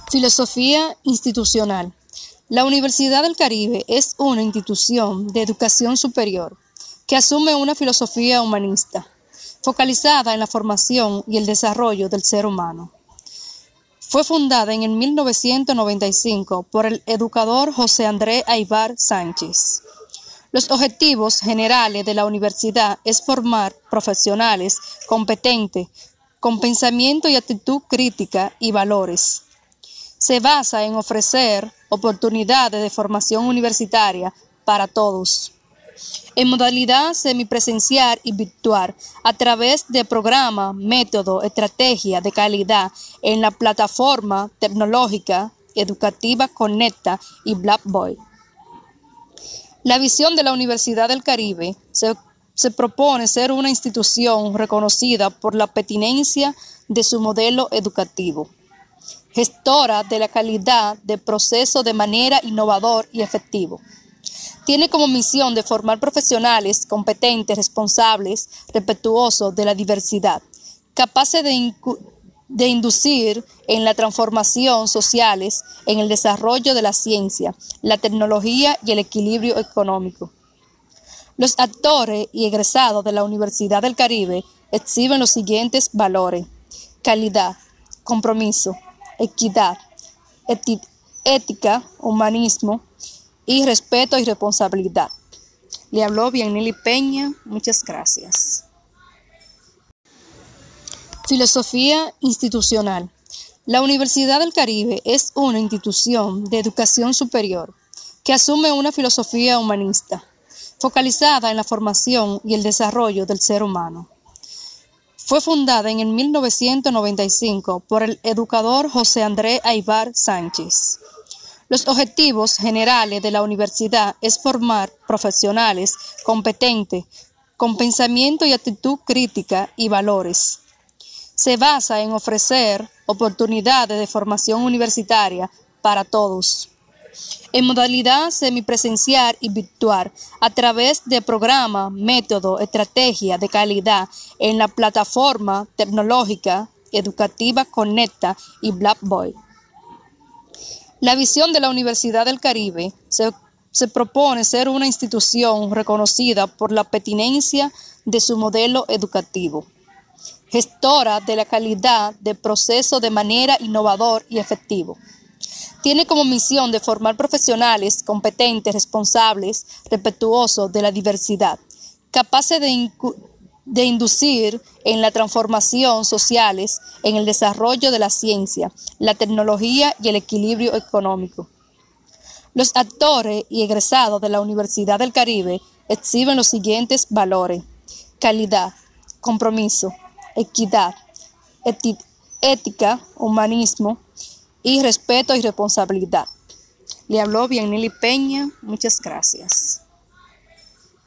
Filosofía institucional. La Universidad del Caribe es una institución de educación superior que asume una filosofía humanista, focalizada en la formación y el desarrollo del ser humano. Fue fundada en el 1995 por el educador José Andrés Aybar Sánchez. Los objetivos generales de la universidad es formar profesionales competentes, con pensamiento y actitud crítica y valores. Se basa en ofrecer oportunidades de formación universitaria para todos, en modalidad semipresencial y virtual, a través de programas, métodos, estrategias de calidad en la plataforma tecnológica educativa Conecta y Blackboard. La visión de la Universidad del Caribe se propone ser una institución reconocida por la pertinencia de su modelo educativo, gestora de la calidad del proceso de manera innovador y efectivo. Tiene como misión de formar profesionales competentes, responsables, respetuosos de la diversidad, capaces de inducir en la transformación sociales, en el desarrollo de la ciencia, la tecnología y el equilibrio económico. Los actores y egresados de la Universidad del Caribe exhiben los siguientes valores: calidad, compromiso, equidad, ética, humanismo y respeto y responsabilidad. Le habló Bienili Peña. Muchas gracias. Filosofía institucional. La Universidad del Caribe es una institución de educación superior que asume una filosofía humanista, focalizada en la formación y el desarrollo del ser humano. Fue fundada en el 1995 por el educador José Andrés Aybar Sánchez. Los objetivos generales de la universidad es formar profesionales competentes, con pensamiento y actitud crítica y valores. Se basa en ofrecer oportunidades de formación universitaria para todos, en modalidad semipresencial y virtual, a través de programas, métodos, estrategias de calidad en la plataforma tecnológica educativa Conecta y Blackboard. La visión de la Universidad del Caribe se propone ser una institución reconocida por la pertinencia de su modelo educativo, gestora de la calidad del proceso de manera innovador y efectivo. Tiene como misión de formar profesionales competentes, responsables, respetuosos de la diversidad, capaces de inducir en la transformación sociales, en el desarrollo de la ciencia, la tecnología y el equilibrio económico. Los actores y egresados de la Universidad del Caribe exhiben los siguientes valores: calidad, compromiso, equidad, ética, humanismo y respeto y responsabilidad. Le habló Bienili Peña. Muchas gracias.